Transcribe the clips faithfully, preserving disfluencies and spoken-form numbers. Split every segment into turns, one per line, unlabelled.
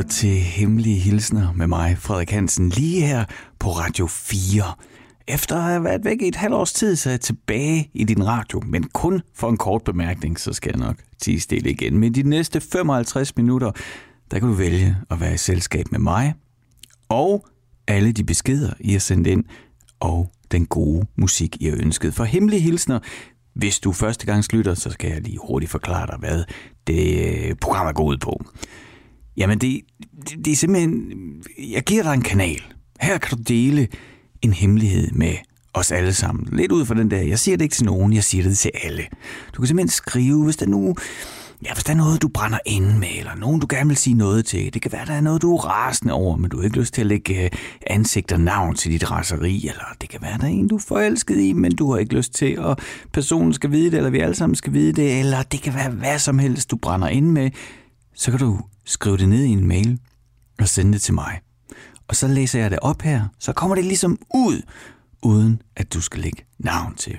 til Hemmelige Hilsner med mig, Frederik Hansen, lige her på Radio fire. Efter at have været væk i et halvt års tid, så er jeg tilbage i din radio, men kun for en kort bemærkning, så skal jeg nok tie stille igen. Men de næste femoghalvtreds minutter, der kan du vælge at være i selskab med mig, og alle de beskeder, I har sendt ind, og den gode musik, I har ønsket. For Hemmelige Hilsner, hvis du første gang lytter, så skal jeg lige hurtigt forklare dig, hvad det program er gået ud på. Jamen, det, det, det er simpelthen... Jeg giver dig en kanal. Her kan du dele en hemmelighed med os alle sammen. Lidt ud fra den der, jeg siger det ikke til nogen, jeg siger det til alle. Du kan simpelthen skrive, hvis der nu... Ja, hvis der er noget, du brænder inde med, eller nogen, du gerne vil sige noget til. Det kan være, der er noget, du er rasende over, men du har ikke lyst til at lægge ansigt og navn til dit raseri. Eller det kan være, der er en, du er forelsket i, men du har ikke lyst til, at personen skal vide det, eller vi alle sammen skal vide det. Eller det kan være hvad som helst, du brænder inde med. Så kan du skrive det ned i en mail og sende det til mig. Og så læser jeg det op her, så kommer det ligesom ud, uden at du skal lægge navn til.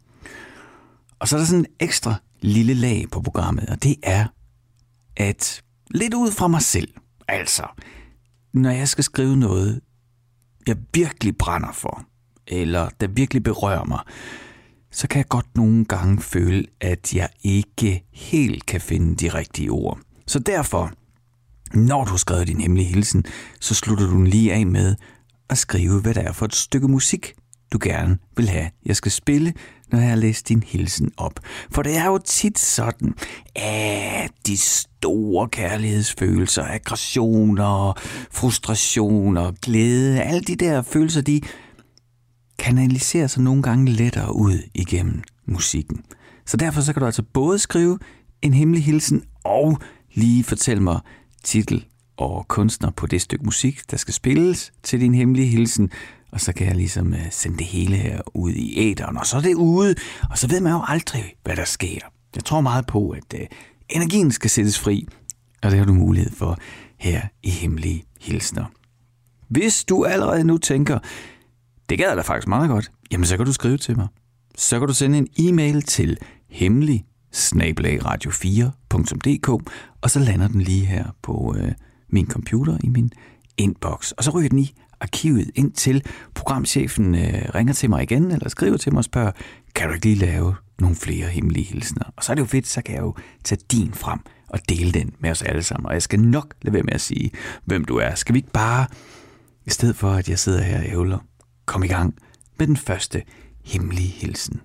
Og så er der sådan en ekstra lille lag på programmet, og det er, at lidt ud fra mig selv, altså, når jeg skal skrive noget, jeg virkelig brænder for, eller der virkelig berører mig, så kan jeg godt nogle gange føle, at jeg ikke helt kan finde de rigtige ord. Så derfor, når du har skrevet din hemmelige hilsen, så slutter du den lige af med at skrive, hvad det er for et stykke musik, du gerne vil have, jeg skal spille, når jeg har læst din hilsen op. For det er jo tit sådan, at de store kærlighedsfølelser, aggressioner, frustrationer, glæde, alle de der følelser, de kanaliserer sig nogle gange lettere ud igennem musikken. Så derfor så kan du altså både skrive en hemmelig hilsen og lige fortælle mig titel og kunstner på det stykke musik, der skal spilles til din hemmelige hilsen. Og så kan jeg ligesom uh, sende det hele her ud i æteren, og så er det ude, og så ved man jo aldrig, hvad der sker. Jeg tror meget på, at uh, energien skal sættes fri, og det har du mulighed for her i Hemmelige Hilsner. Hvis du allerede nu tænker, det gad da faktisk meget godt, jamen så kan du skrive til mig. Så kan du sende en e-mail til hemmelig snabel-a radio fire punktum d k, og så lander den lige her på uh, min computer i min inbox, og så ryger den i arkivet, indtil programchefen øh, ringer til mig igen, eller skriver til mig og spørger, kan du ikke lige lave nogle flere hemmelige hilsner? Og så er det jo fedt, så kan jeg jo tage din frem og dele den med os alle sammen. Og jeg skal nok lade være med at sige, hvem du er. Skal vi ikke bare, i stedet for at jeg sidder her og ævler, komme i gang med den første hemmelige hilsen?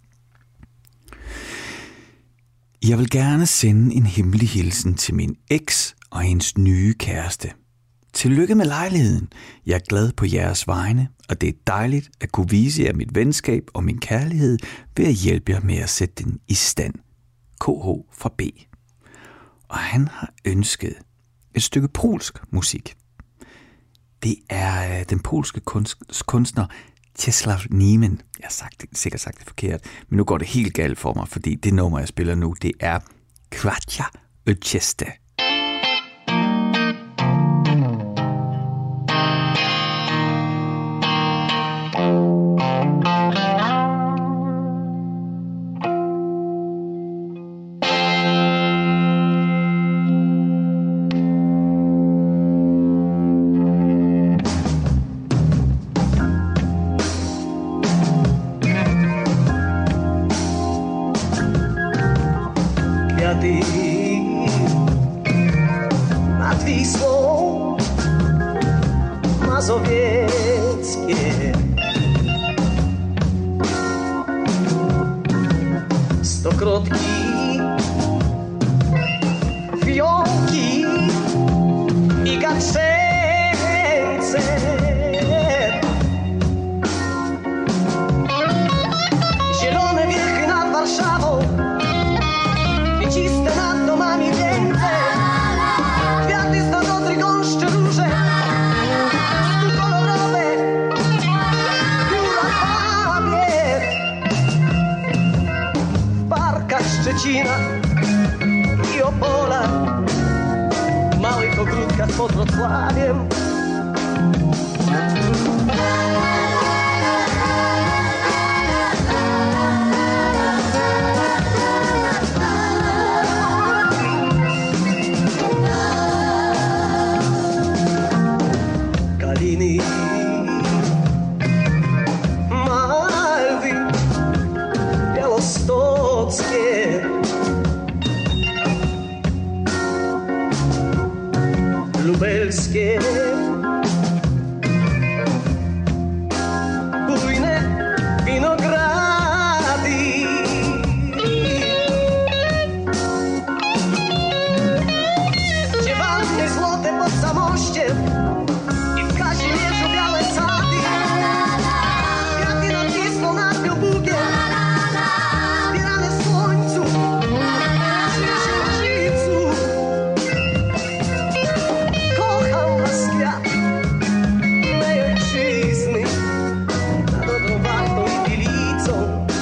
Jeg vil gerne sende en hemmelig hilsen til min eks og hendes nye kæreste. Tillykke med lejligheden. Jeg er glad på jeres vegne, og det er dejligt at kunne vise jer mit venskab og min kærlighed ved at hjælpe jer med at sætte den i stand. K H fra B. Og han har ønsket et stykke polsk musik. Det er den polske kunstner Czesław Niemen. Jeg har sagt, sikkert sagt det forkert, men nu går det helt galt for mig, fordi det nummer, jeg spiller nu, det er Kratja Öcheste.
I Opola, w małych ogródkach pod Wrocławiem. ljubeske. Bujne vinogradi, dziewanny złote pod samościem i w Kazimierzu białe sady. Kwiaty nad Wisłą, nad Białbugiem, zbierane w słońcu przy księżycu. Kocham was, kwiat mej ojczyzny, na dobrą wartą i Wilicą.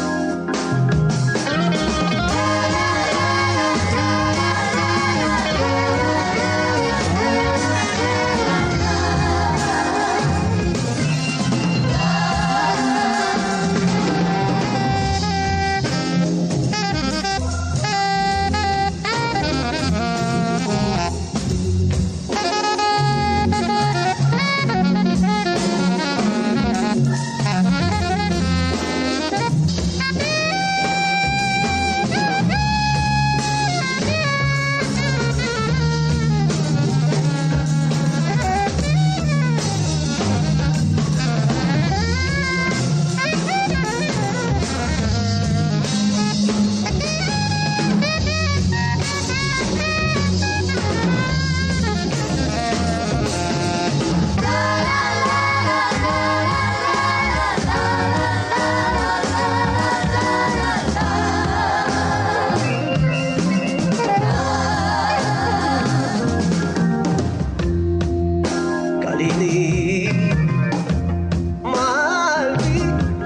Kaliny, Malwy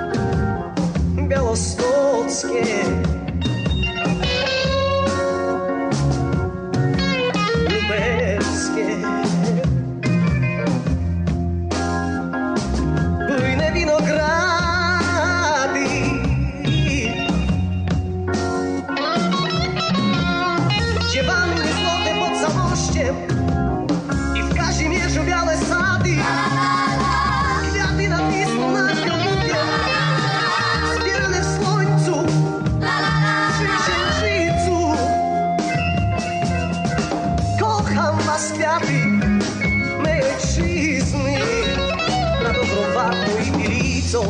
białostockie, lubelskie. Bujne winogrady, dziewanny złote pod Zamościem i w Kazimierzu białe sady. Kwiaty nad Wisłą, nad Białbugiem, zbierane w słońcu przy księżycu. Kocham was, kwiaty mej ojczyzny, na dobrą wartą i Wilicą.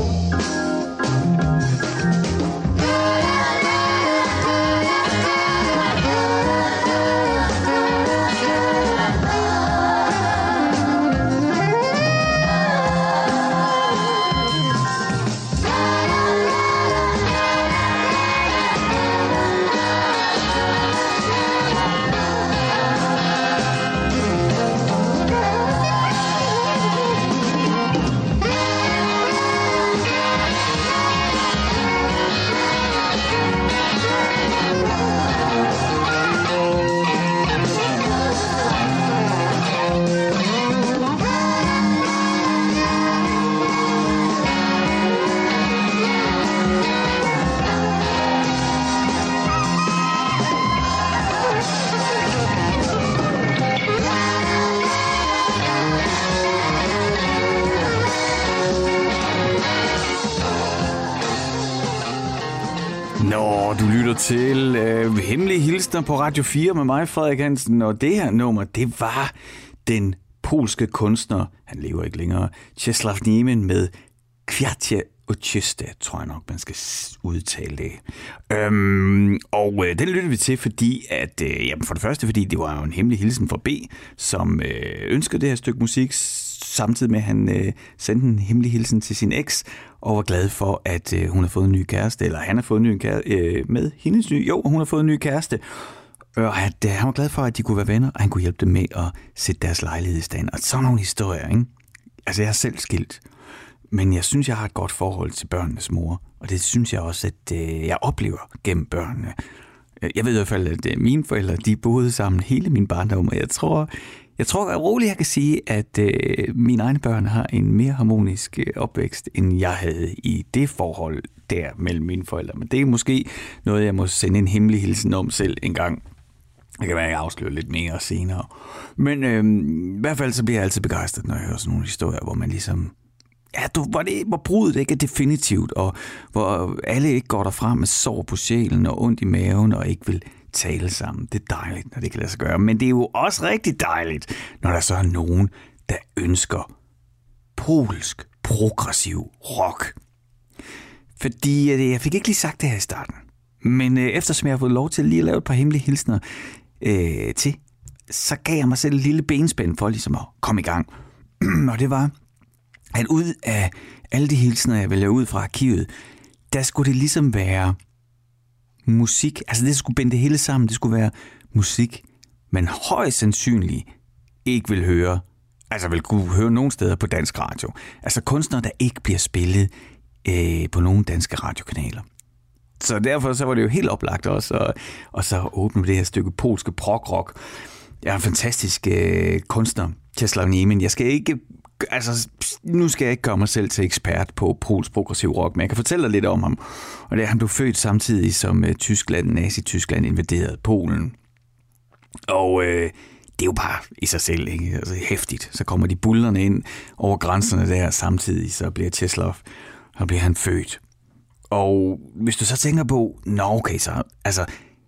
Nå, du lytter til øh, Hemmelige Hilsner på Radio fire med mig, Frederik Hansen, og det her nummer, det var den polske kunstner, han lever ikke længere, Czesław Niemen med Kwiaty Ojczyste, tror jeg nok, man skal udtale det. Øhm, og øh, den lyttede vi til, fordi at, øh, jamen for det første, fordi det var jo en hemmelig hilsen fra B, som øh, ønskede det her stykke musik, samtidig med at han øh, sendte en hemmelig hilsen til sin eks, og var glad for, at øh, hun har fået en ny kæreste, eller han har fået en ny kæreste, øh, med hendes ny, jo, hun har fået en ny kæreste, og at øh, han var glad for, at de kunne være venner, og han kunne hjælpe dem med at sætte deres lejlighed i stand. Og sådan nogle historier, ikke? Altså, jeg er selv skilt, men jeg synes, jeg har et godt forhold til børnenes mor, og det synes jeg også, at øh, jeg oplever gennem børnene. Jeg ved i hvert fald, at øh, mine forældre, de boede sammen hele min barndom, og jeg tror, jeg tror at roligt, jeg kan sige, at øh, mine egne børn har en mere harmonisk øh, opvækst, end jeg havde i det forhold der mellem mine forældre. Men det er måske noget, jeg må sende en hemmelig hilsen om selv en gang. Det kan være, at jeg afslører lidt mere senere. Men øh, i hvert fald så bliver jeg altid begejstret, når jeg hører sådan nogle historier, hvor man ligesom... Ja, du, hvor, det, hvor brudet ikke er definitivt, og hvor alle ikke går derfra med sår på sjælen og ondt i maven, og ikke vil tale sammen. Det er dejligt, når det kan lade sig gøre. Men det er jo også rigtig dejligt, når der så er nogen, der ønsker polsk progressiv rock. Fordi jeg fik ikke lige sagt det her i starten. Men øh, eftersom jeg har fået lov til lige at lave et par hemmelige hilsner øh, til, så gav jeg mig selv et lille benspænd for ligesom at komme i gang. Og det var, at ud af alle de hilsner, jeg vælger ud fra arkivet, der skulle det ligesom være musik. Altså det skulle binde det hele sammen. Det skulle være musik, man højst sandsynligt ikke vil høre. Altså vil kunne høre nogen steder på dansk radio. Altså kunstnere, der ikke bliver spillet øh, på nogle danske radiokanaler. Så derfor så var det jo helt oplagt også at, og så åbne det her stykke polske prog-rock. Jeg er en fantastisk øh, kunstner, Czesław Niemen. Jeg skal ikke, altså nu skal jeg ikke gøre mig selv til ekspert på polsk progressiv rock, men jeg kan fortælle dig lidt om ham. Og det er, han blev født samtidig som øh, Tyskland, Nazi-Tyskland invaderede Polen. Og øh, det er jo bare i sig selv ikke? Altså, hæftigt. Så kommer de bullerne ind over grænserne der samtidig, så bliver Czesław, så bliver han født. Og hvis du så tænker på, nå okay, så altså,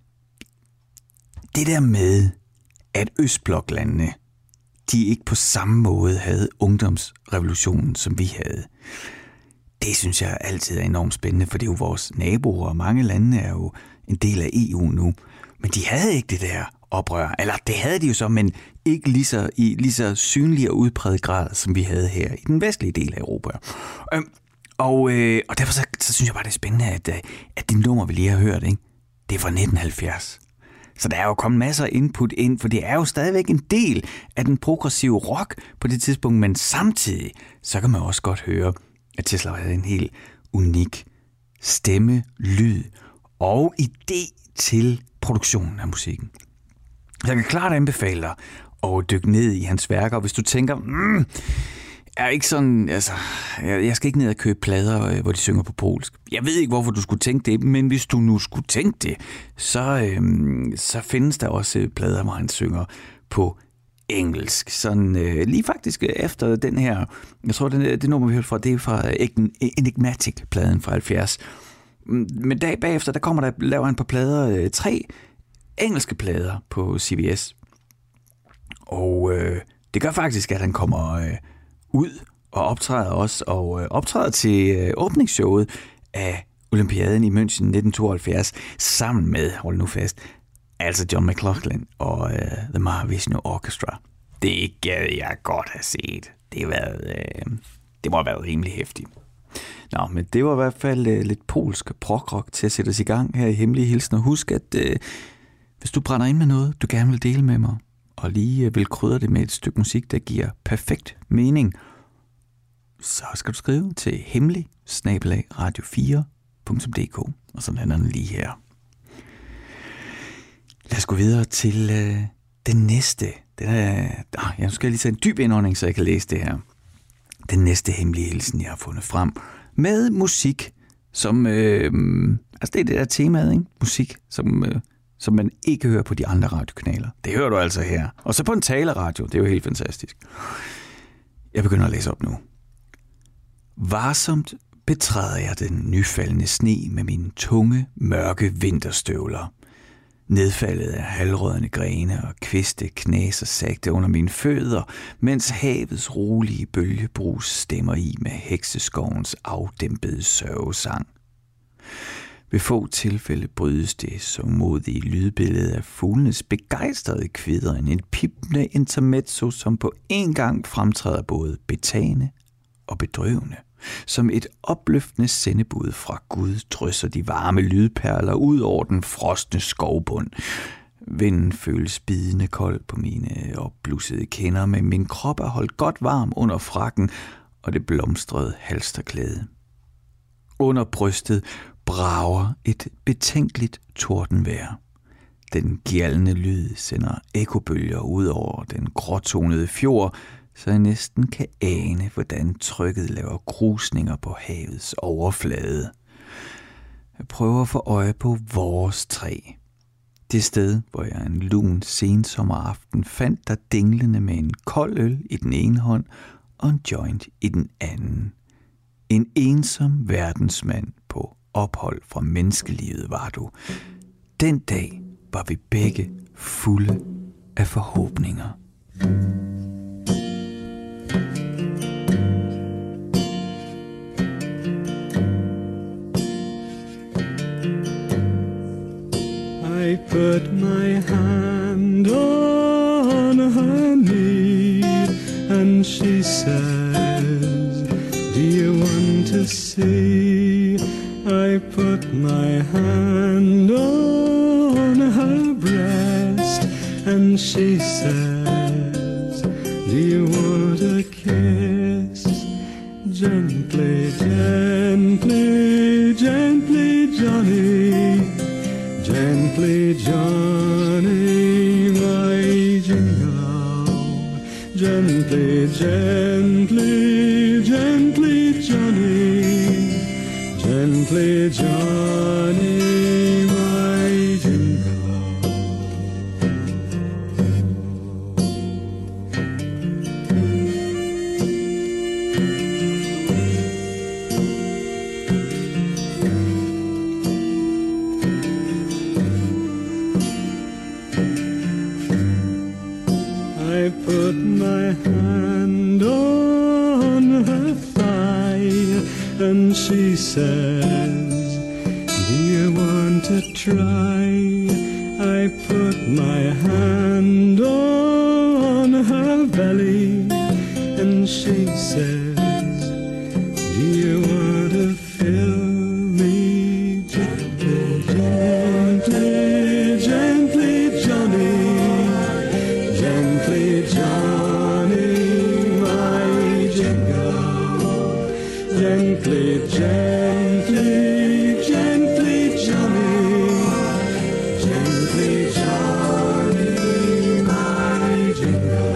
det der med, at Østbloklandene, de ikke på samme måde havde ungdomsrevolutionen, som vi havde, det synes jeg altid er enormt spændende, for det er jo vores naboer, og mange lande er jo en del af E U nu, men de havde ikke det der oprør, eller det havde de jo så, men ikke lige så, i lige så synlig og udpræget grad, som vi havde her i den vestlige del af Europa. Øhm, Og, øh, og derfor så, så synes jeg bare, det er spændende, at, at det nummer, vi lige har hørt, ikke? Det er fra nitten halvfjerds. Så der er jo kommet masser af input ind, for det er jo stadigvæk en del af den progressive rock på det tidspunkt, men samtidig, så kan man også godt høre, at Czesław havde en helt unik stemme, lyd og idé til produktionen af musikken. Jeg kan klart anbefale dig at dykke ned i hans værker, og hvis du tænker, mm, er ikke sådan, altså, jeg, jeg skal ikke ned og købe plader, hvor de synger på polsk. Jeg ved ikke, hvorfor du skulle tænke det, men hvis du nu skulle tænke det, så, øhm, så findes der også plader, hvor han synger på engelsk. Sådan øh, lige faktisk efter den her, jeg tror, det, det nummer, vi hørte fra, det er fra Enigmatic-pladen fra halvfjerds. Men dag bagefter, der kommer der, laver han på plader, øh, tre engelske plader på C B S. Og øh, det gør faktisk, at han kommer øh, ud og optræder også, og øh, optræder til øh, åbningsshowet af Olympiaden i München nitten tooghalvfjerds, sammen med, hold nu fast, altså John McLaughlin og øh, The Mahavishnu Orchestra. Det gad jeg godt have set. Det har været, øh, det må have været rimelig hæftigt. Nå, men det var i hvert fald øh, lidt polsk prog-rock til at sætte os i gang her i Hemmelige Hilsner. Husk, at øh, hvis du brænder ind med noget, du gerne vil dele med mig, og lige øh, vil krydre det med et stykke musik, der giver perfekt mening, så skal du skrive til hemmelig snabel-a radio fire punktum d k, og så lander den lige her. Lad os gå videre til øh, den næste. Den er, øh, jeg skal lige tage en dyb indånding, så jeg kan læse det her. Den næste hemmelige hilsen, jeg har fundet frem, med musik, som, øh, altså det er det der temaet, ikke? Musik, som, øh, som man ikke hører på de andre radiokanaler. Det hører du altså her. Og så på en taleradio, det er jo helt fantastisk. Jeg begynder at læse op nu. Varsomt betræder jeg den nyfaldende sne med mine tunge, mørke vinterstøvler. Nedfaldet af halvrådne grene og kviste knaser sagte under mine fødder, mens havets rolige bølgebrus stemmer i med hekseskovens afdæmpede sørgesang. Ved få tilfælde brydes det som modige lydbillede af fuglenes begejstrede kvidren, en pipende intermezzo, som på en gang fremtræder både betagende og bedrøvende. Som et opløftende sendebud fra Gud drysser de varme lydperler ud over den frosne skovbund. Vinden føles bidende kold på mine opblussede kinder, men min krop er holdt godt varm under frakken og det blomstrede halsterklæde. Under brystet brager et betænkeligt tordenvejr. Den gjaldende lyd sender ekobølger ud over den gråtonede fjord, så jeg næsten kan ane, hvordan trykket laver krusninger på havets overflade. Jeg prøver at få øje på vores træ. Det sted, hvor jeg en lun sensommeraften fandt der dinglende med en kold øl i den ene hånd og en joint i den anden. En ensom verdensmand på ophold fra menneskelivet var du. Den dag var vi begge fulde af forhåbninger.
I put my hand on her knee and she says, do you want to see? I put my hand on her breast and she says, do you want a kiss? Gently, gently, gently, Johnny, gently, Johnny, my jingle. Gently, gently, gently, Johnny, gently, Johnny, my jingle. I put my hand on her thigh and she says, do you want to try? I put my hand on her belly and she says, do you want to fill me gently, gently, gently, Johnny? Gently, Johnny, my jingle. Gently, gently, gently, Johnny. Gently, Johnny, my jingle.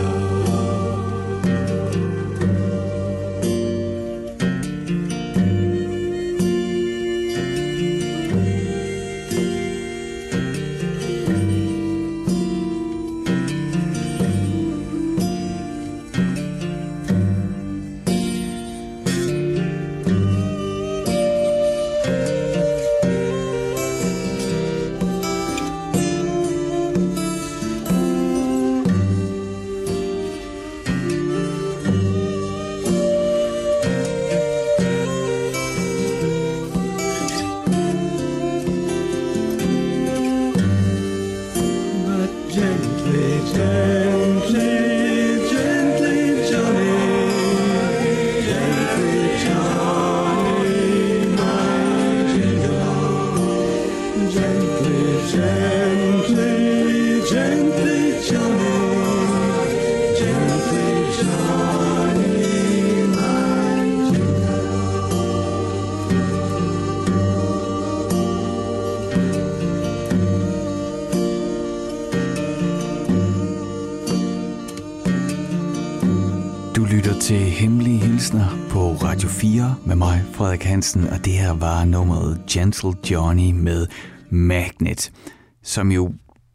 Til Hemmelige Hilsner på Radio fire med mig, Frederik Hansen, og det her var nummeret Gentle Johnny med Magnet, som jo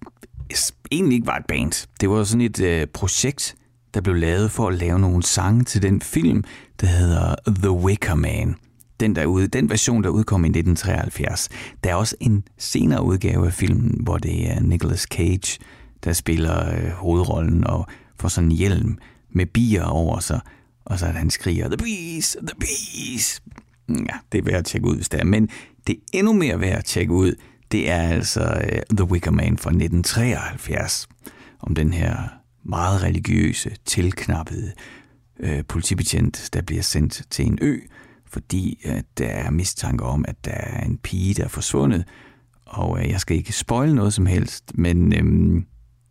egentlig ikke var et band. Det var sådan et øh, projekt, der blev lavet for at lave nogle sange til den film, der hedder The Wicker Man. Den, der ude, den version, der udkom i nitten treoghalvfjerds. Der er også en senere udgave af filmen, hvor det er Nicolas Cage, der spiller øh, hovedrollen og får sådan en hjelm med bier over sig, og så at han skriger, the bees, the bees. Ja, det er værd at tjekke ud, hvis det er. Men det er endnu mere værd at tjekke ud, det er altså uh, The Wicker Man fra nitten treoghalvfjerds, om den her meget religiøse, tilknappede uh, politibetjent, der bliver sendt til en ø, fordi uh, der er mistanke om, at der er en pige, der er forsvundet, og uh, jeg skal ikke spoile noget som helst, men um,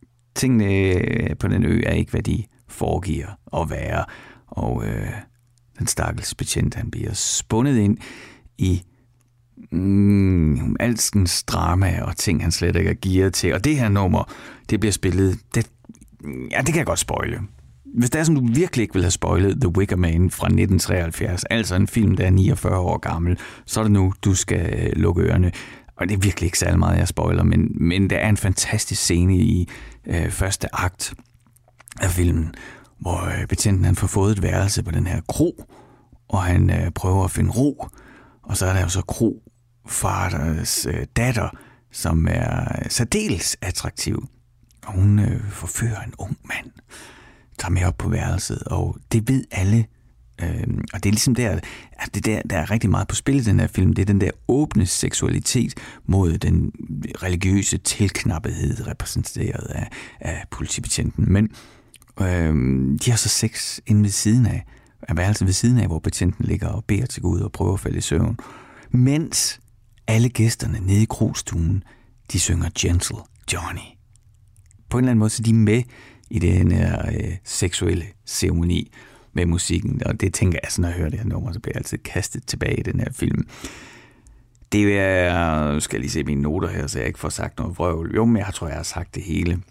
tingene på den ø er ikke, hvad de foregiver at være, og øh, den stakkels betjent, han bliver spundet ind i mm, alskens drama og ting, han slet ikke er gearet til, og det her nummer, det bliver spillet, det, ja, det kan jeg godt spoile. Hvis det er sådan, du virkelig ikke vil have spoilet The Wicker Man fra nitten treoghalvfjerds, altså en film, der er niogfyrre år gammel, så er det nu, du skal lukke ørerne. Og det er virkelig ikke særlig meget, jeg spoiler, men, men der er en fantastisk scene i øh, første akt af filmen, hvor øh, betjenten han får fået et værelse på den her kro, og han øh, prøver at finde ro, og så er der jo så krofarters øh, datter, som er særdeles attraktiv. Og hun øh, forfører en ung mand, tager med op på værelset, og det ved alle. Øh, og det er ligesom der, at det der, der er rigtig meget på spil i den her film. Det er den der åbne seksualitet mod den religiøse tilknappethed, repræsenteret af, af politibetjenten. Men øh, de har så sex inde ved siden af, af værelset ved siden af, hvor betjenten ligger og beder til Gud og prøver at falde i søvn. Mens alle gæsterne nede i krogstuen, de synger Gentle Johnny. På en eller anden måde, så de er med i den her øh, seksuelle ceremoni med musikken, og det tænker jeg, når jeg hører det her nummer, så bliver jeg altid kastet tilbage i den her film. Det er, skal jeg lige se mine noter her, så jeg ikke får sagt noget vrøvl. Jo, men jeg tror, jeg har sagt det hele.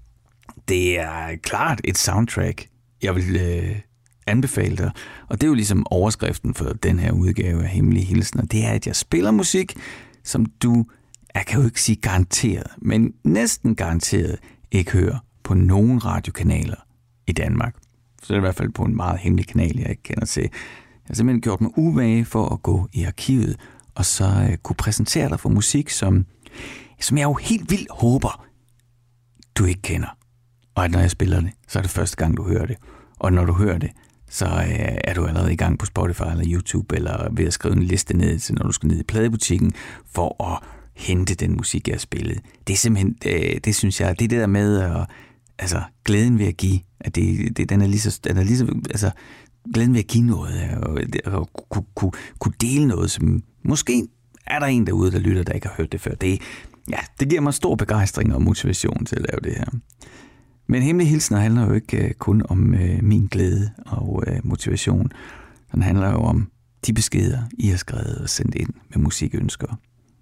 Det er klart et soundtrack, jeg vil øh, anbefale dig, og det er jo ligesom overskriften for den her udgave af Hemmelige Hilsner. Det er, at jeg spiller musik, som du, jeg kan jo ikke sige garanteret, men næsten garanteret ikke hører på nogen radiokanaler i Danmark. Så det er i hvert fald på en meget hemmelig kanal, jeg ikke kender til. Jeg har simpelthen gjort mig umage for at gå i arkivet, og så uh, kunne præsentere dig for musik, som, som jeg jo helt vildt håber, du ikke kender. Og at når jeg spiller det, så er det første gang, du hører det. Og når du hører det, så uh, er du allerede i gang på Spotify eller YouTube, eller ved at skrive en liste ned til, når du skal ned i pladebutikken, for at hente den musik, jeg har spillet. Det er simpelthen, uh, det synes jeg, det er det der med uh, altså, glæden ved at give, at det, det, den er lige så, den er lige så, altså, glæden ved at give noget, og, og kunne, kunne, kunne dele noget, som måske er der en derude, der lytter, der ikke har hørt det før. Det, ja, det giver mig stor begejstring og motivation til at lave det her. Men Hemmelige Hilsner handler jo ikke uh, kun om uh, min glæde og uh, motivation. Den handler jo om de beskeder, I har skrevet og sendt ind med musikønsker.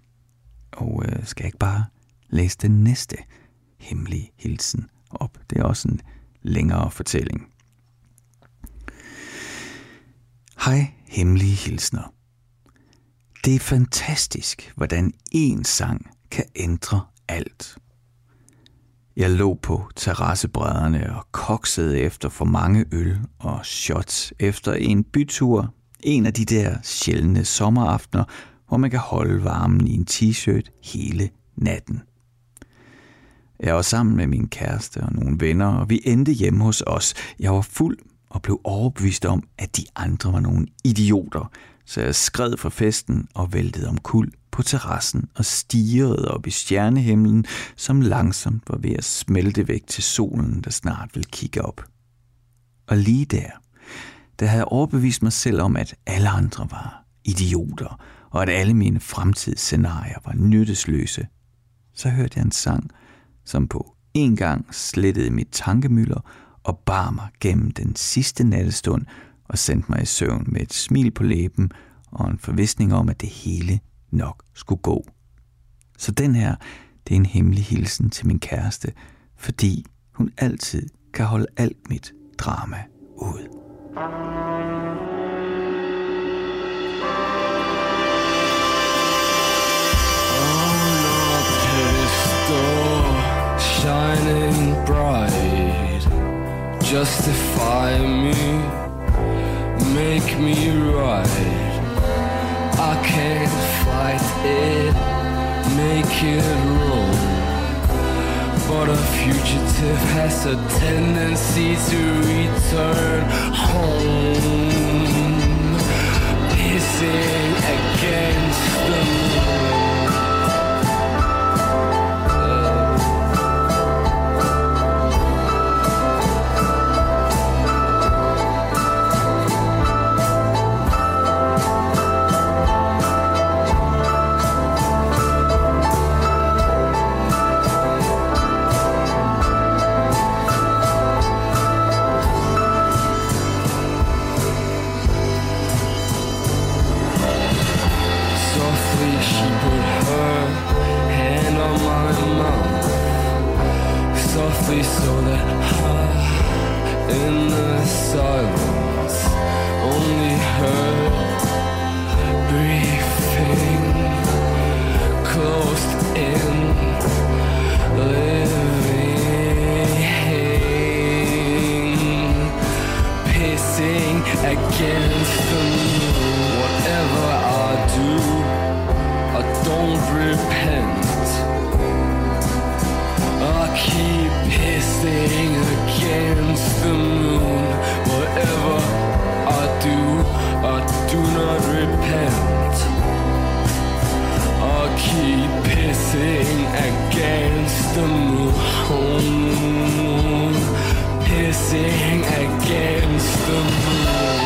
Og uh, skal jeg ikke bare læse den næste hemmelige hilsen op? Det er også en længere fortælling. Hej, Hemmelige Hilsner. Det er fantastisk, hvordan én sang kan ændre alt. Jeg lå på terrassebrædderne og koksede efter for mange øl og shots efter en bytur. En af de der sjældne sommeraftener, hvor man kan holde varmen i en t-shirt hele natten. Jeg var sammen med min kæreste og nogle venner, og vi endte hjemme hos os. Jeg var fuld og blev overbevist om, at de andre var nogle idioter, så jeg skred fra festen og væltede omkuld på terrassen og stirrede op i stjernehimlen, som langsomt var ved at smelte væk til solen, der snart ville kigge op. Og lige der, der havde jeg overbevist mig selv om, at alle andre var idioter, og at alle mine fremtidsscenarier var nyttesløse, så hørte jeg en sang, som på en gang slettede mit tankemylder og bar mig gennem den sidste nattestund og sendte mig i søvn med et smil på læben og en forvisning om, at det hele nok skulle gå. Så den her, det er en hemmelig hilsen til min kæreste, fordi hun altid kan holde alt mit drama ud.
Shining bright, justify me, make me right. I can't fight it, make it wrong. But a fugitive has a tendency to return home, pissing against the moon. So that I, in the silence, only heard breathing, closed in, living, pacing against the moon. Whatever I do, I don't repent. pissing against the moon. Whatever I do, I do not repent. I'll keep pissing against the moon, pissing against the moon.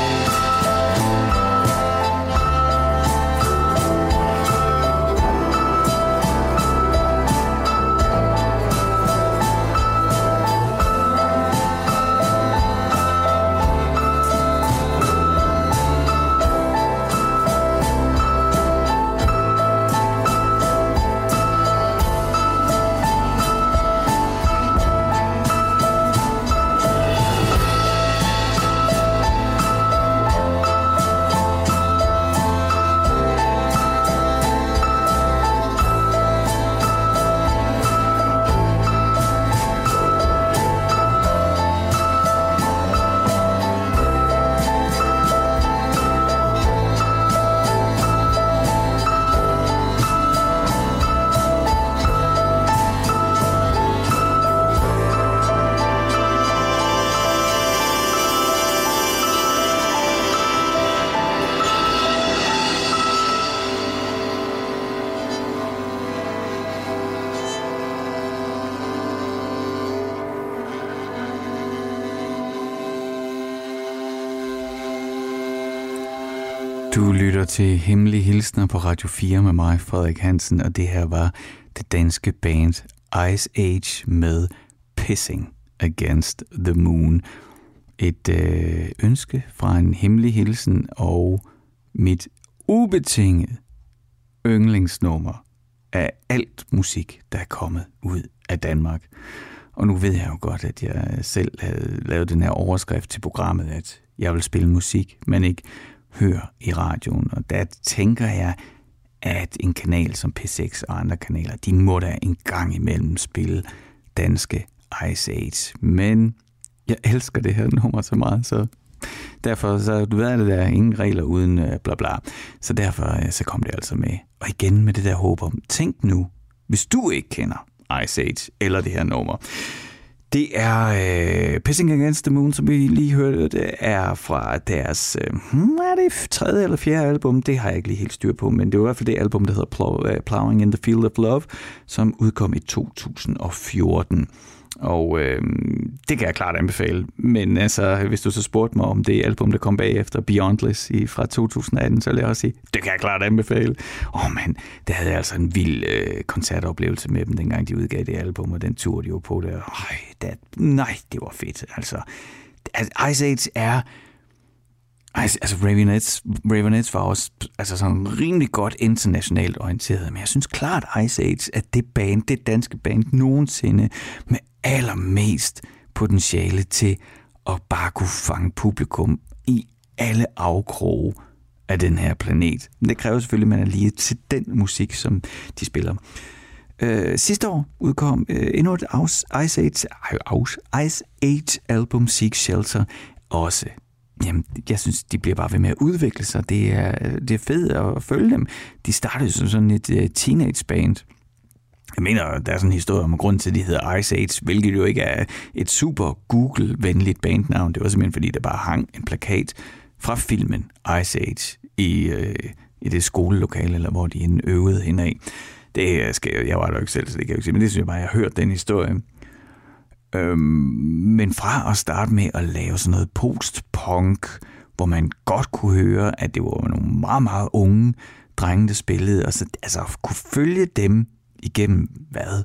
Du lytter til Hemmelige Hilsner på Radio fire med mig, Frederik Hansen, og det her var det danske band Ice Age med Pissing Against the Moon. Et øh, ønske fra en hemmelig hilsen og mit ubetinget yndlingsnummer af alt musik, der er kommet ud af Danmark. Og nu ved jeg jo godt, at jeg selv havde lavet den her overskrift til programmet, at jeg vil spille musik, men ikke høre i radioen. Og der tænker jeg, at en kanal som P seks og andre kanaler, de må da en gang imellem spille danske Ice Age. Men jeg elsker det her nummer så meget, så derfor så du ved det der ingen regler uden uh, bla bla. Så derfor så kom det altså med. Og igen med det der håb om, tænk nu, hvis du ikke kender Ice Age eller det her nummer. Det er øh, Pissing Against the Moon, som vi lige hørte, det er fra deres øh, er det tredje eller fjerde album, det har jeg ikke lige helt styr på, men det var i hvert fald det album, der hedder Plow, uh, Plowing in the Field of Love, som udkom i to tusind og fjorten. Og øh, det kan jeg klart anbefale. Men altså, hvis du så spurgte mig om det album, der kom bagefter, Beyondless i, fra to tusind og atten, så vil jeg også sige, det kan jeg klart anbefale. Åh oh, man, der havde jeg altså en vild øh, koncertoplevelse med dem, dengang de udgav det album, og den tur, de var på der. Øj, det, nej, det var fedt. Altså, Ice Age er... Altså, Raveonettes, Raveonettes var også altså sådan rimelig godt internationalt orienteret, men jeg synes klart, Ice Age er det band, det danske band nogensinde med allermest potentiale til at bare kunne fange publikum i alle afkroge af den her planet. Men det kræver selvfølgelig, at man er lige til den musik, som de spiller. Øh, sidste år udkom øh, endnu et Ice Age, Ice Age album, Seek Shelter, også. Jamen, jeg synes, de bliver bare ved med at udvikle sig. Det er, det er fedt at følge dem. De startede som sådan et uh, teenage-band. Jeg mener, der er sådan en historie om grund til, at de hedder Ice Age, hvilket jo ikke er et super Google-venligt bandnavn. Det var simpelthen, fordi der bare hang en plakat fra filmen Ice Age i, uh, i det skolelokale, eller hvor de øvede henad. Det skal jeg, jeg var der jo ikke selv, så det kan jeg ikke sige, men det synes jeg bare, jeg har hørt den historie. Øhm, men fra at starte med at lave sådan noget post-punk, hvor man godt kunne høre, at det var nogle meget, meget unge drenge, der spillede, og så altså kunne følge dem igennem, hvad?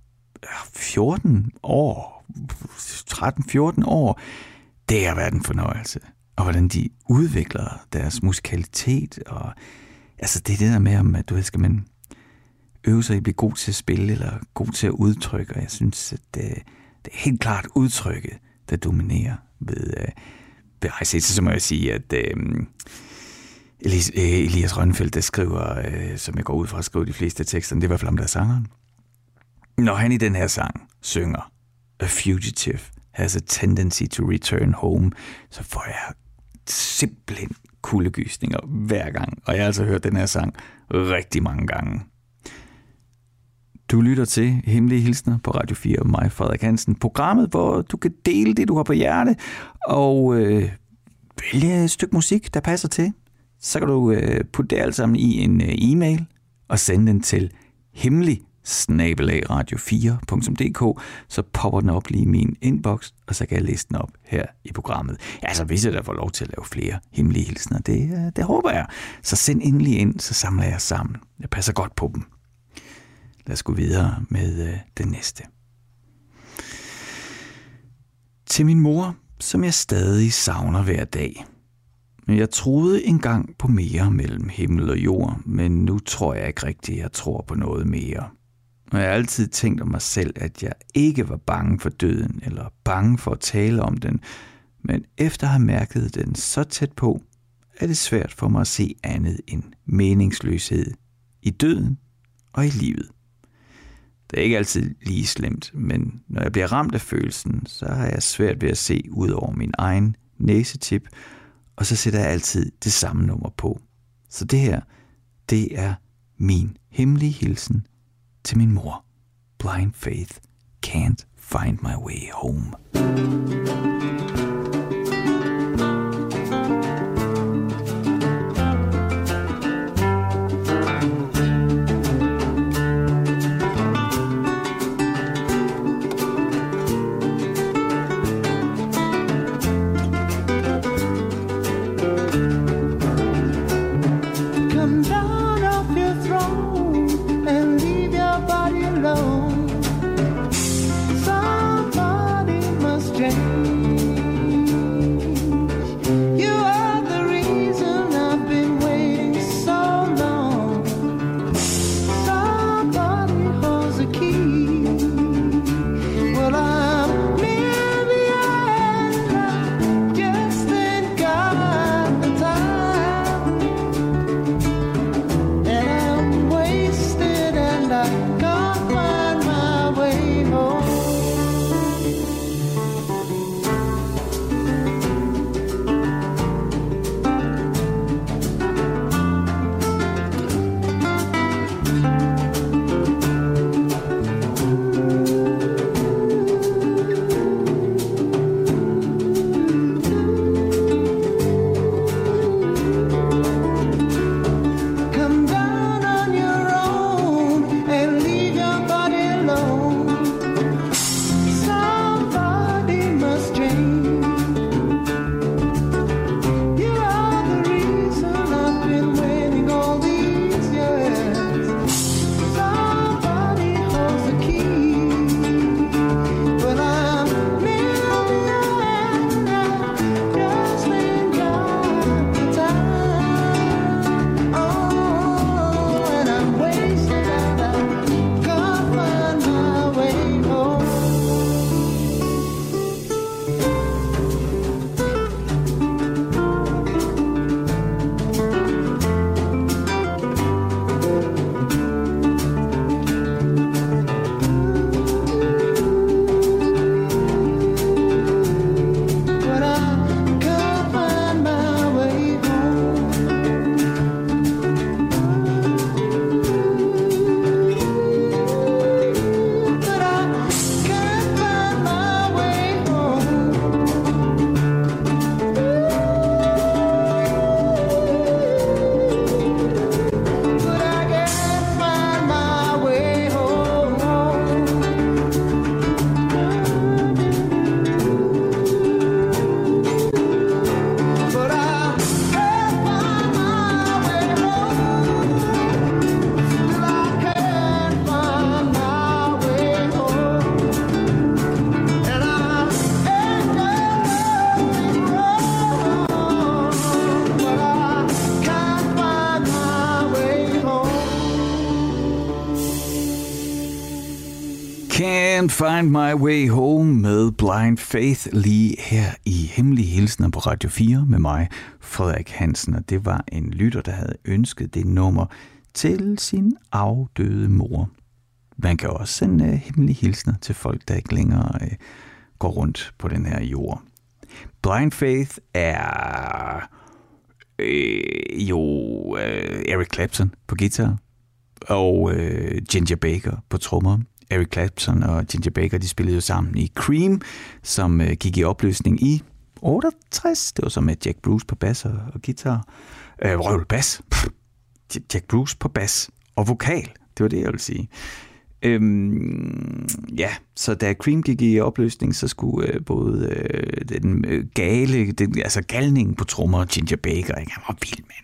fjorten år? tretten fjorten år? Det har været en fornøjelse. Og hvordan de udvikler deres musikalitet, og altså det er det der med, om at du ved, skal man øve sig i at blive god til at spille, eller god til at udtrykke, og jeg synes, at det Det er helt klart udtrykket, der dominerer ved, øh, ved Ice Age. Så må jeg sige, at øh, Elias, øh, Elias Rønfeldt, der skriver, øh, som jeg går ud fra at skrive de fleste af teksterne, det er i hvert fald ham, der er sangeren. Når han i den her sang synger, A fugitive has a tendency to return home, så får jeg simpelthen kuldegysninger hver gang. Og jeg har altså hørt den her sang rigtig mange gange. Du lytter til Hemmelige Hilsner på Radio fire og mig, Frederik Hansen. Programmet, hvor du kan dele det, du har på hjerte, og øh, vælge et stykke musik, der passer til. Så kan du øh, putte det alt sammen i en øh, e-mail og sende den til hemmelig snabel-a radio fire punktum d k, så popper den op lige i min inbox, og så kan jeg læse den op her i programmet. Altså, hvis jeg da får lov til at lave flere hemmelige hilsner, det, det håber jeg. Så send endelig ind, så samler jeg sammen. Jeg passer godt på dem. Lad os gå videre med øh, den næste. Til min mor, som jeg stadig savner hver dag. Jeg troede engang på mere mellem himmel og jord, men nu tror jeg ikke rigtigt, jeg tror på noget mere. Og jeg har altid tænkt om mig selv, at jeg ikke var bange for døden, eller bange for at tale om den, men efter at have mærket den så tæt på, er det svært for mig at se andet end meningsløshed i døden og i livet. Det er ikke altid lige slemt, men når jeg bliver ramt af følelsen, så har jeg svært ved at se ud over min egen næsetip, og så sætter jeg altid det samme nummer på. Så det her, det er min hemmelige hilsen til min mor. Blind Faith, Can't Find My Way Home. Can't Find My Way Home med Blind Faith lige her i Hemmelige Hilsner på Radio fire med mig, Frederik Hansen. Og det var en lytter, der havde ønsket det nummer til sin afdøde mor. Man kan også sende uh, hemmelige hilsner til folk, der ikke længere uh, går rundt på den her jord. Blind Faith er øh, jo øh, Eric Clapton på guitar. og øh, Ginger Baker på trommer. Eric Clapton og Ginger Baker, de spillede jo sammen i Cream, som øh, gik i opløsning i otteogtres. Det var så med Jack Bruce på bas og, og guitar. Øh, røvl bas. Pff, Jack Bruce på bas og vokal. Det var det, jeg ville sige. Øhm, ja, så da Cream gik i opløsning, så skulle øh, både øh, den øh, gale, den, altså galningen på trommer, Ginger Baker, ikke? Han var vild, mand.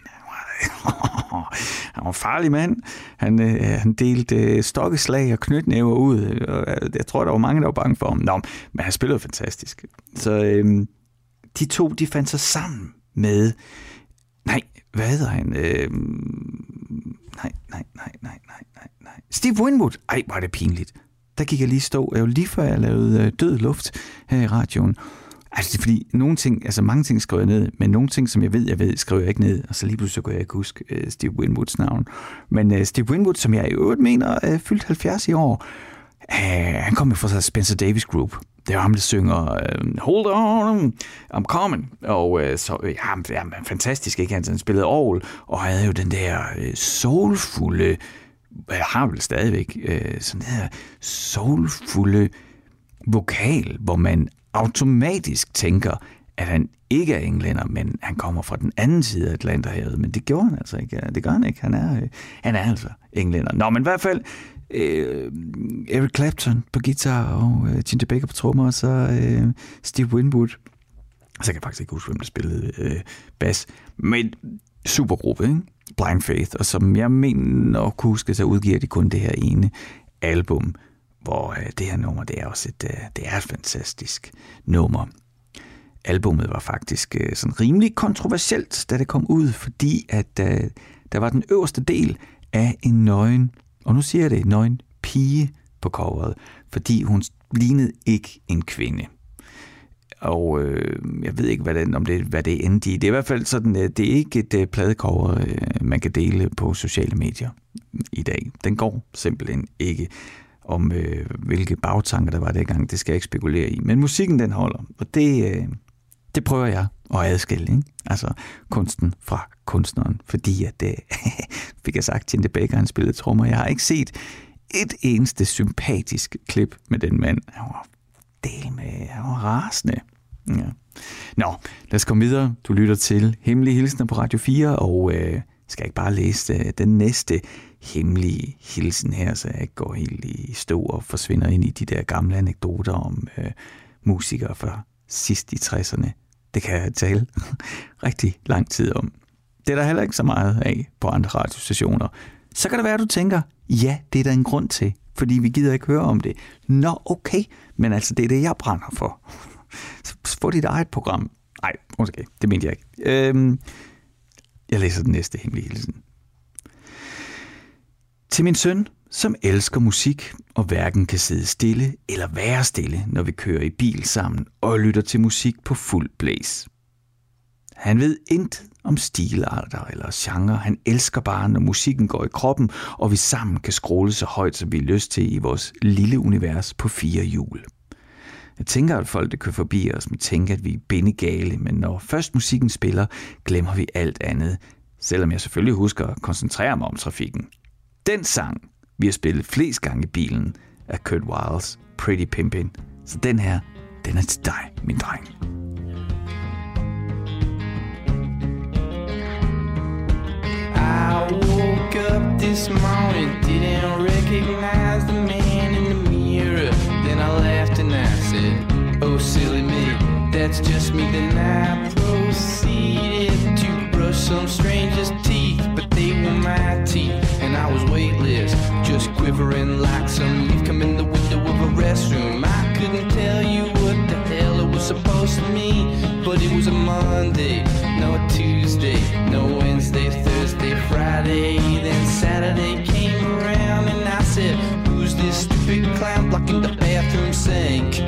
Han var en farlig mand. Han, øh, han delte øh, stokkeslag og knytnæver ud. Og jeg tror, der var mange, der var bange for ham. Nå, men han spillede fantastisk. Så øh, de to, de fandt sig sammen med... Nej, hvad hedder han? Øh, nej, nej, nej, nej, nej, nej, nej. Steve Winwood. Ej, var det pinligt. Der gik jeg lige stå. Jeg var lige før jeg lavede øh, død luft her i radioen. Altså, det er fordi, nogle ting, altså mange ting skriver jeg ned, men nogle ting, som jeg ved, jeg ved, skriver jeg ikke ned, og så lige pludselig kunne jeg ikke huske uh, Steve Winwoods navn. Men uh, Steve Winwood, som jeg i øvrigt mener, uh, fyldt halvfjerds i år, uh, han kom jo fra Spencer Davis Group. Det er ham, der synger uh, Hold on, I'm coming. Og uh, så, ja, han er fantastisk, ikke? Han spillede orgel, og havde jo den der uh, soulfulde, jeg har vel stadigvæk, uh, sådan der soulfulde vokal, hvor man automatisk tænker, at han ikke er englænder, men han kommer fra den anden side af Atlanterhavet. Men det gjorde han altså ikke. Det gør han ikke. Han er, øh, han er altså englænder. Nå, men i hvert fald øh, Eric Clapton på guitar og øh, Ginger Baker på trommer, og så øh, Steve Winwood. Så kan jeg faktisk ikke huske, hvem der spillede øh, bas. Men supergruppe, ikke? Blind Faith. Og som jeg mener at kunne huske, så udgiver de kun det her ene album, hvor øh, det her nummer, det er også et, øh, det er et fantastisk nummer. Albummet var faktisk øh, sådan rimelig kontroversielt, da det kom ud, fordi at øh, der var den øverste del af en nøgen, og nu siger jeg det, nøgen pige på coveret, fordi hun lignede ikke en kvinde. Og øh, jeg ved ikke, hvad det, om det, hvad det endte i. Det er i hvert fald sådan, øh, det er ikke et øh, pladecover, øh, man kan dele på sociale medier i dag. Den går simpelthen ikke. Om øh, hvilke bagtanker der var dengang, det skal jeg ikke spekulere i. Men musikken, den holder, og det, øh, det prøver jeg at adskille, ikke? Altså kunsten fra kunstneren, fordi at det fik jeg sagt, Ginger Baker, han spillede trommer. Jeg har ikke set et eneste sympatisk klip med den mand. Han var del med, han var rasende. Ja. Nå, lad os komme videre. Du lytter til Hemmelige Hilsner på Radio fire, og øh, skal ikke bare læse øh, den næste hemmelige hilsen her, så jeg ikke går helt i stå og forsvinder ind i de der gamle anekdoter om øh, musikere fra sidst i tresserne. Det kan jeg tale rigtig lang tid om. Det er der heller ikke så meget af på andre radiostationer. Så kan det være, at du tænker, ja, det er der en grund til, fordi vi gider ikke høre om det. Nå, okay, men altså, det er det, jeg brænder for. Så få dit eget program. Nej, okay, det mente jeg ikke. Øhm, jeg læser den næste hemmelige hilsen. Til min søn, som elsker musik og hverken kan sidde stille eller være stille, når vi kører i bil sammen og lytter til musik på fuld blæs. Han ved intet om stilarter eller genre. Han elsker bare, når musikken går i kroppen, og vi sammen kan skråle så højt, som vi har lyst til i vores lille univers på fire hjul. Jeg tænker, at folk, der kører forbi os, må tænke, at vi er bindegale, men når først musikken spiller, glemmer vi alt andet, selvom jeg selvfølgelig husker at koncentrere mig om trafikken. Den sang, vi har spillet flest gange i bilen, er Kurt Weils Pretty Pimpin'. Så den her, den er til dig, min dreng.
I woke up this morning, didn't recognize the man in the mirror. Then I laughed and I said, oh silly me, that's just me. Then I proceeded to brush some stranger's teeth, but they were my teeth, and I was weightless, just quivering like some leaf come in the window of a restroom. I couldn't tell you what the hell it was supposed to mean, but it was a Monday, no a Tuesday, no Wednesday, Thursday, Friday, then Saturday came around and I said, who's this stupid clown blocking the bathroom sink?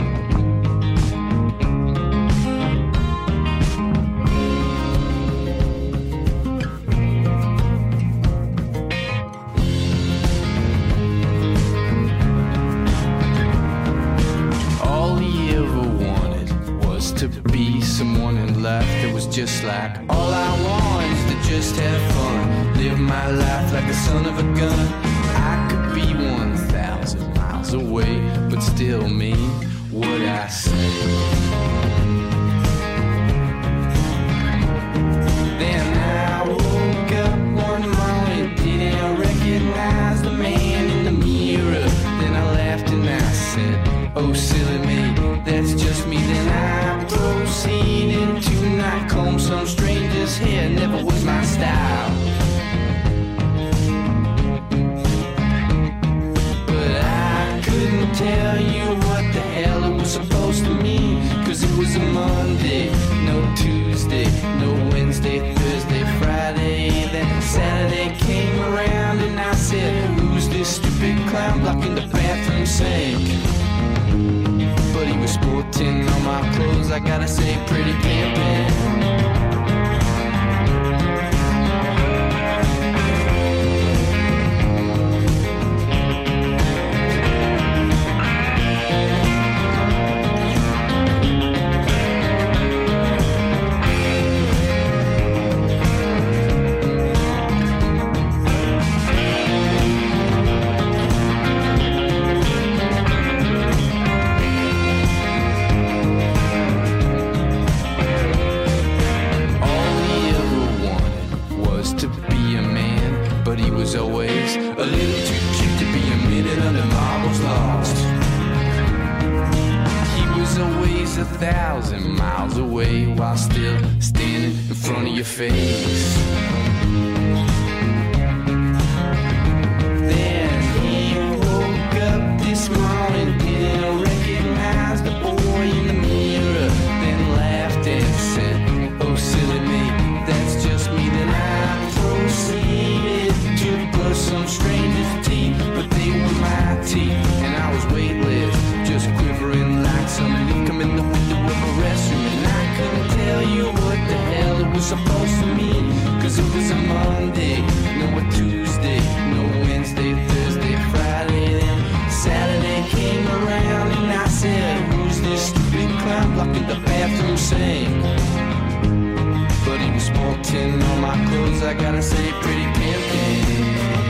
To be someone in life that was just like all I want is to just have fun. live my life like a son of a gun. I could be one thousand miles away, but still mean what I say. Then I woke up one morning, didn't recognize the man in the mirror. Then I laughed and I said, oh silly me, that's just me. Then I proceeded to not comb some stranger's hair, never was my style. But I couldn't tell you what the hell it was supposed to mean, cause it was a Monday, no Tuesday, no Wednesday, Thursday, Friday. Then Saturday came around and I said, who's this stupid clown blocking the bathroom sink? But he was sporting all my clothes, I gotta say, pretty pimpin'. Thousand miles away while still standing in front of your face. Then he woke up this morning, didn't recognize the boy in the mirror. Then laughed and said, oh silly me, that's just me. Then I proceeded to brush some stranger's teeth, but they were my teeth, and I was weightless, just quivering like some leaf coming in the window of a restroom. And I couldn't tell you what the hell it was supposed to mean, cause it was a Monday, no a Tuesday, no Wednesday, Thursday, Friday. Then Saturday came around and I said, who's this stupid clown blocking the bathroom sink? But he was sporting all my clothes, I gotta say, pretty pimpin'.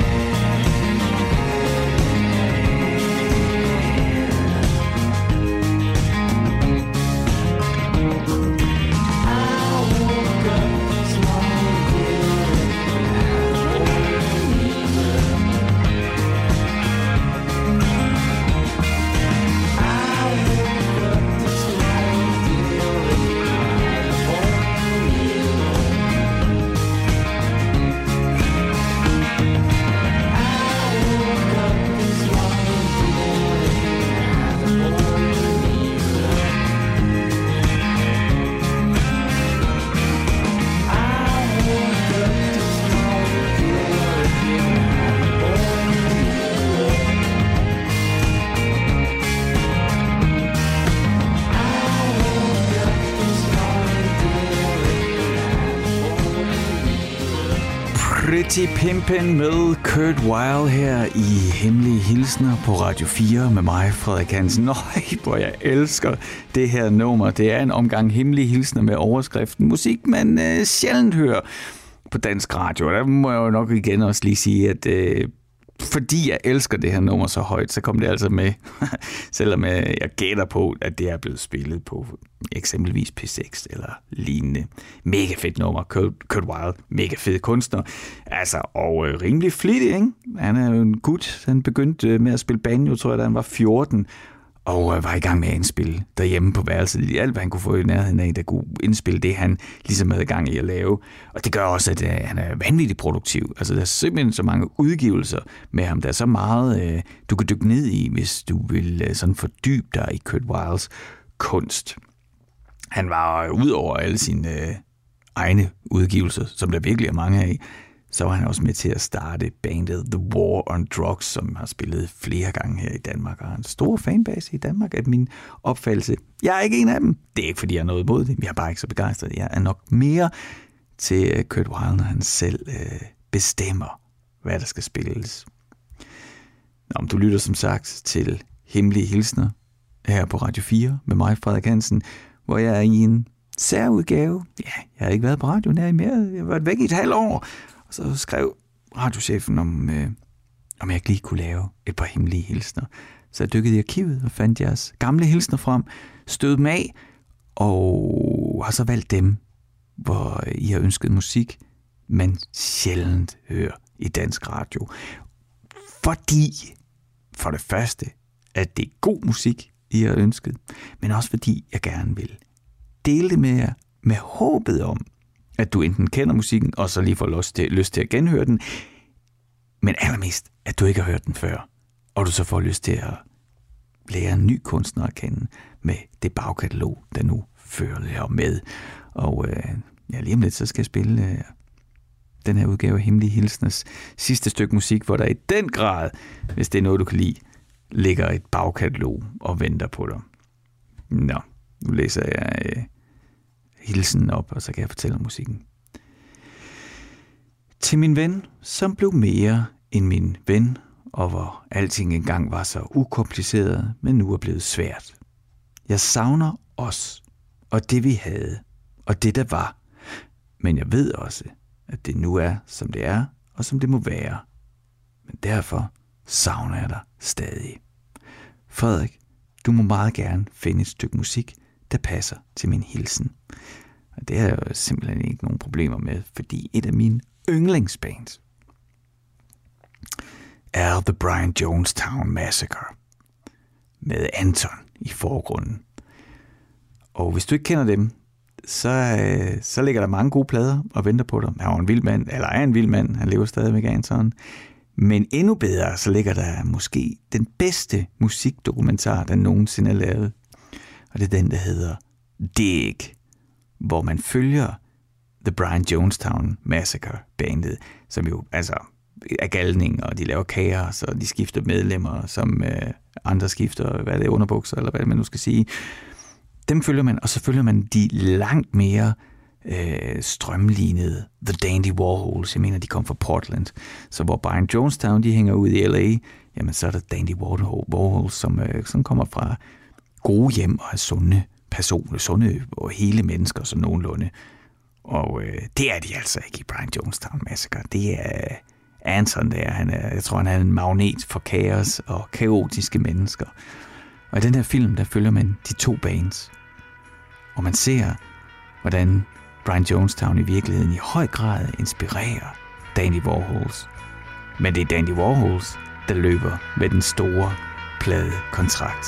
Pretty Pimpin' med Kurt Weill her i Hemmelige Hilsner på Radio fire med mig, Frederik Hansen. Nøj, hvor jeg elsker det her nummer. Det er en omgang Hemmelige Hilsner med overskriften musik, man øh, sjældent hører på dansk radio. Og der må jeg jo nok igen også lige sige, at øh, fordi jeg elsker det her nummer så højt, så kom det altså med, selvom jeg gætter på, at det er blevet spillet på eksempelvis P seks eller lignende. Mega fedt nummer, Kurt, Kurt Weill, mega fed kunstner, altså, og øh, rimelig flittig, ikke? Han er jo en gut, han begyndte med at spille banjo, tror jeg, da han var fjorten, og øh, var i gang med at indspille derhjemme på værelset. Alt, hvad han kunne få i nærheden af, der kunne indspille det, han ligesom havde gang i at lave. Og det gør også, at øh, han er vanvittigt produktiv. Altså, der er simpelthen så mange udgivelser med ham. Der er så meget, øh, du kan dykke ned i, hvis du vil øh, sådan fordybe dig i Kurt Weills kunst. Han var øh, ud over alle sine øh, egne udgivelser, som der virkelig er mange af, så var han også med til at starte bandet The War on Drugs, som har spillet flere gange her i Danmark, og har en stor fanbase i Danmark, af min opfattelse. Jeg er ikke en af dem. Det er ikke, fordi jeg er noget imod det. Jeg er bare ikke så begejstret. Jeg er nok mere til Kurt Weill, når han selv øh, bestemmer, hvad der skal spilles. Nå, men du lytter som sagt til Hemmelige Hilsner her på Radio fire med mig, Frederik Hansen, hvor jeg er i en særudgave. Ja, jeg har ikke været på radioen her i mere. Jeg har været væk i et halvt år. Så skrev radiochefen, om, øh, om jeg ikke lige kunne lave et par hemmelige hilsner. Så jeg dykkede i arkivet og fandt jeres gamle hilsner frem, stød dem af, og har så valgt dem, hvor I har ønsket musik, man sjældent hører i dansk radio. Fordi, for det første, at det er god musik, I har ønsket, men også fordi jeg gerne vil dele det med jer, med håbet om, at du enten kender musikken, og så lige får lyst til, lyst til at genhøre den, men allermest, at du ikke har hørt den før, og du så får lyst til at lære en ny kunstner at kende med det bagkatalog, der nu følger med. Og øh, ja, lige om lidt, så skal jeg spille øh, den her udgave af Hemmelige Hilsners sidste stykke musik, hvor der i den grad, hvis det er noget, du kan lide, ligger et bagkatalog og venter på dig. Nå, nu læser jeg øh, hilsen op, og så kan jeg fortælle om musikken. Til min ven, som blev mere end min ven, og hvor alting engang var så ukompliceret, men nu er blevet svært. Jeg savner os, og det vi havde, og det der var. Men jeg ved også, at det nu er, som det er, og som det må være. Men derfor savner jeg dig stadig. Frederik, du må meget gerne finde et stykke musik, der passer til min hilsen. Og det er jo simpelthen ikke nogen problemer med, fordi et af mine yndlingsbands er The Brian Jonestown Massacre med Anton i forgrunden. Og hvis du ikke kender dem, så, så ligger der mange gode plader og venter på dig. Han er en vild mand, eller er en vild mand, han lever stadigvæk Anton. Men endnu bedre, så ligger der måske den bedste musikdokumentar, der nogensinde er lavet. Og det er den, der hedder Dig, hvor man følger The Brian Jonestown Massacre bandet, som jo altså er galning, og de laver kaos, og de skifter medlemmer, som øh, andre skifter, hvad det er, underbukser, eller hvad man nu skal sige. Dem følger man, og så følger man de langt mere øh, strømlignede The Dandy Warhols. Jeg mener, de kom fra Portland. Så hvor Brian Jonestown, de hænger ud i L A, jamen så er der Dandy Warhols, som, øh, som kommer fra gode hjem og er sunde personer, sunde og hele mennesker, som nogenlunde. Og øh, det er de altså ikke i Brian Jonestown Massacre. Det er Anton der. Han er, jeg tror, han er en magnet for kaos og kaotiske mennesker. Og i den her film, der følger man de to bands. Og man ser, hvordan Brian Jonestown i virkeligheden i høj grad inspirerer Dandy Warhols. Men det er Dandy Warhols, der løber med den store pladekontrakt.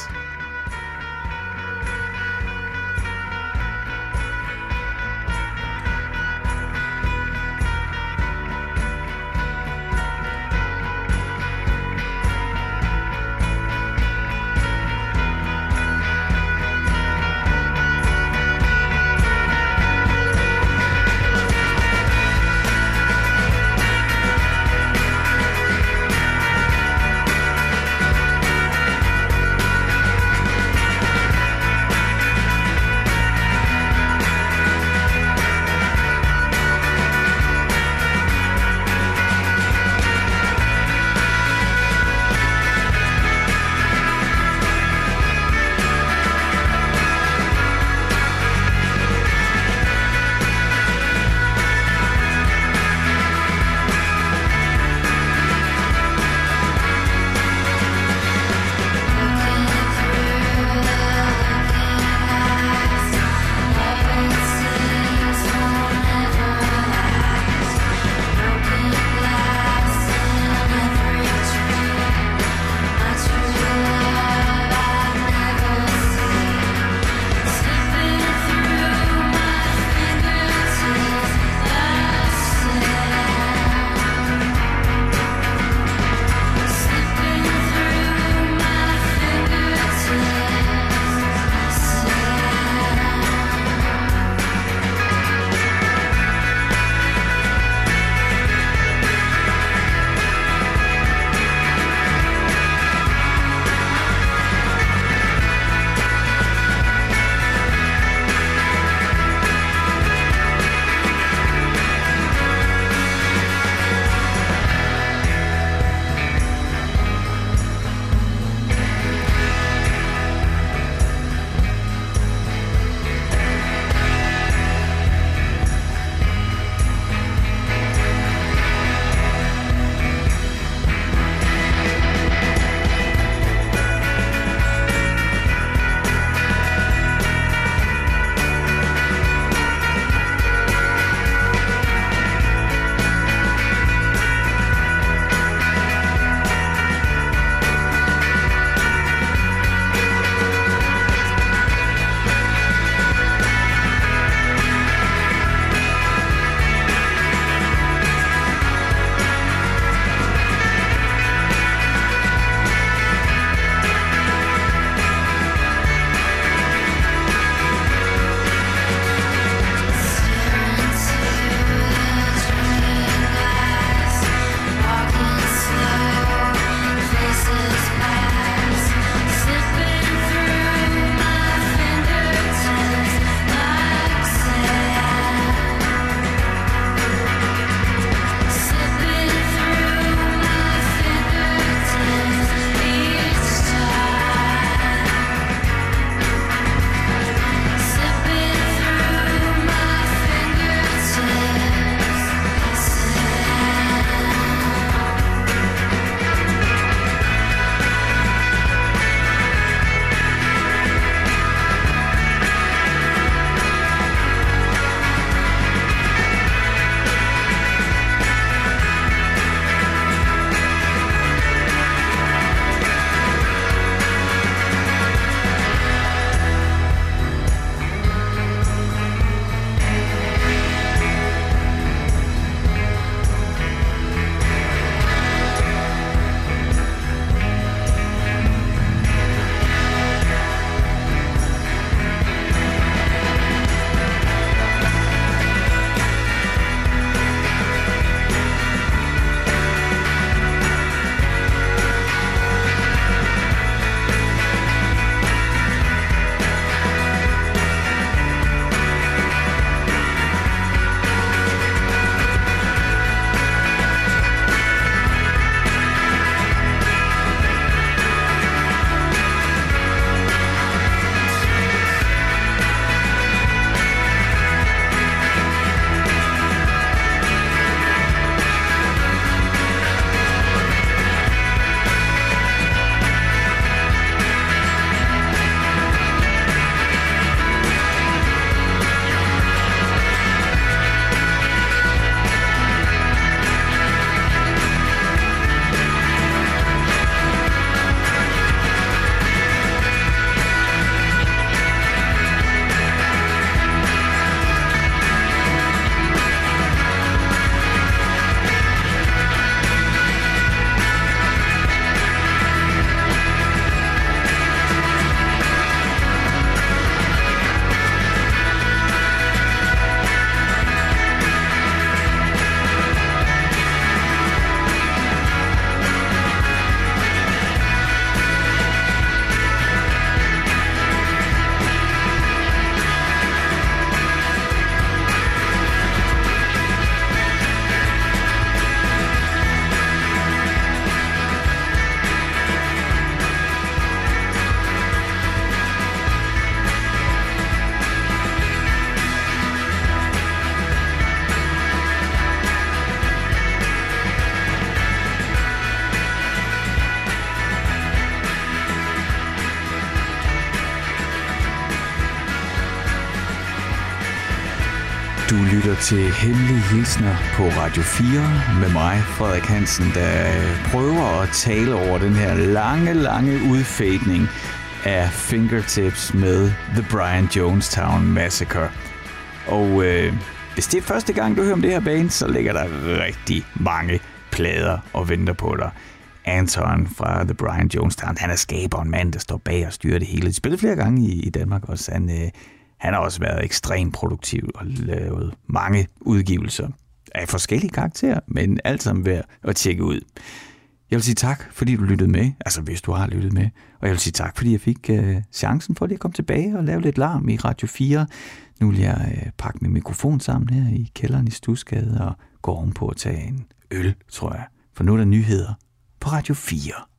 Du lytter til Hemmelige Hilsner på Radio fire med mig, Frederik Hansen, der prøver at tale over den her lange, lange udfadning af Fingertips med The Brian Jonestown Massacre. Og øh, hvis det er første gang, du hører om det her band, så ligger der rigtig mange plader og venter på dig. Anton fra The Brian Jonestown, han er skaber, en mand, der står bag og styrer det hele. De spiller flere gange i, i Danmark også. Han, øh, han har også været ekstremt produktiv og lavet mange udgivelser af forskellige karakterer, men alt sammen værd at tjekke ud. Jeg vil sige tak, fordi du lyttede med, altså hvis du har lyttet med, og jeg vil sige tak, fordi jeg fik øh, chancen for lige at komme tilbage og lave lidt larm i Radio fire. Nu vil jeg øh, pakke min mikrofon sammen her i kælderen i Studsgade og gå ovenpå at tage en øl, tror jeg. For nu er der nyheder på Radio fire.